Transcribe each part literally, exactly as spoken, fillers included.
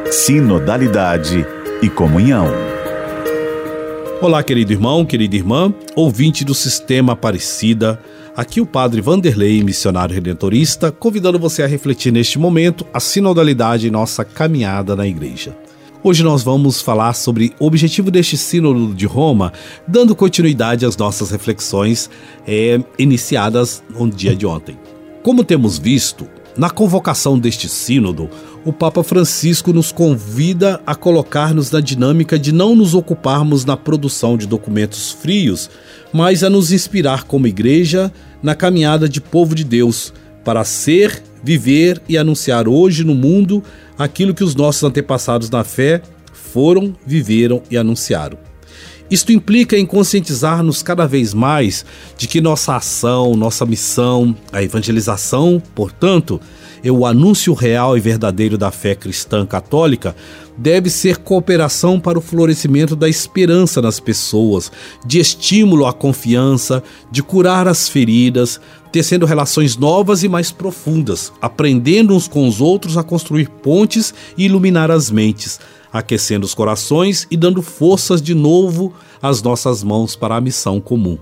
Sinodalidade e comunhão. Olá, querido irmão, querida irmã, ouvinte do Sistema Aparecida. Aqui o Padre Vanderlei, missionário redentorista, convidando você a refletir neste momento a sinodalidade em nossa caminhada na igreja. Hoje nós vamos falar sobre o objetivo deste Sínodo de Roma, dando continuidade às nossas reflexões é, iniciadas no dia de ontem. Como temos visto, na convocação deste sínodo, o Papa Francisco nos convida a colocar-nos na dinâmica de não nos ocuparmos na produção de documentos frios, mas a nos inspirar como igreja na caminhada de povo de Deus, para ser, viver e anunciar hoje no mundo aquilo que os nossos antepassados na fé foram, viveram e anunciaram. Isto implica em conscientizar-nos cada vez mais de que nossa ação, nossa missão, a evangelização, portanto, é o anúncio real e verdadeiro da fé cristã católica, deve ser cooperação para o florescimento da esperança nas pessoas, de estímulo à confiança, de curar as feridas, tecendo relações novas e mais profundas, aprendendo uns com os outros a construir pontes e iluminar as mentes, aquecendo os corações e dando forças de novo às nossas mãos para a missão comum.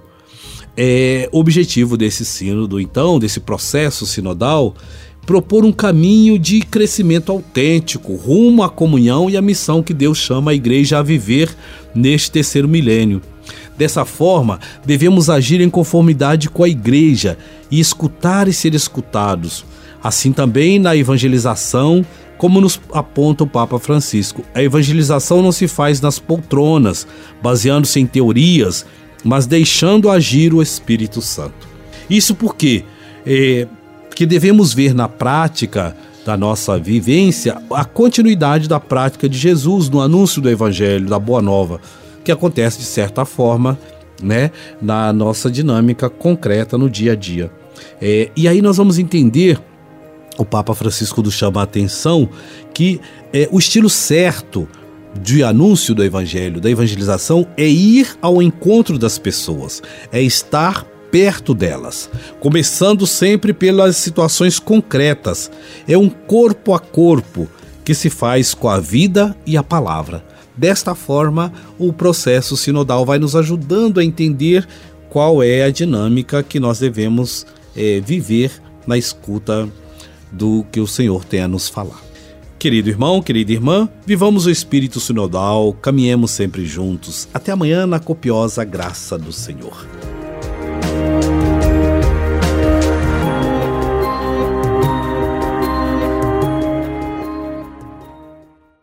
É objetivo desse sínodo, então, desse processo sinodal, propor um caminho de crescimento autêntico, rumo à comunhão e à missão que Deus chama a igreja a viver neste terceiro milênio. Dessa forma, devemos agir em conformidade com a igreja e escutar e ser escutados. Assim também na evangelização, como nos aponta o Papa Francisco. A evangelização não se faz nas poltronas, baseando-se em teorias, mas deixando agir o Espírito Santo. Isso porque, é, porque devemos ver na prática da nossa vivência a continuidade da prática de Jesus no anúncio do Evangelho, da Boa Nova, que acontece de certa forma, né, na nossa dinâmica concreta no dia a dia. É, e aí nós vamos entender, o Papa Francisco nos chama a atenção, que é, o estilo certo de anúncio do Evangelho, da evangelização, é ir ao encontro das pessoas, é estar perto delas, começando sempre pelas situações concretas. É um corpo a corpo que se faz com a vida e a palavra. Desta forma, o processo sinodal vai nos ajudando a entender qual é a dinâmica que nós devemos é, viver na escuta do que o Senhor tem a nos falar. Querido irmão, querida irmã, vivamos o espírito sinodal, caminhemos sempre juntos. Até amanhã na copiosa graça do Senhor.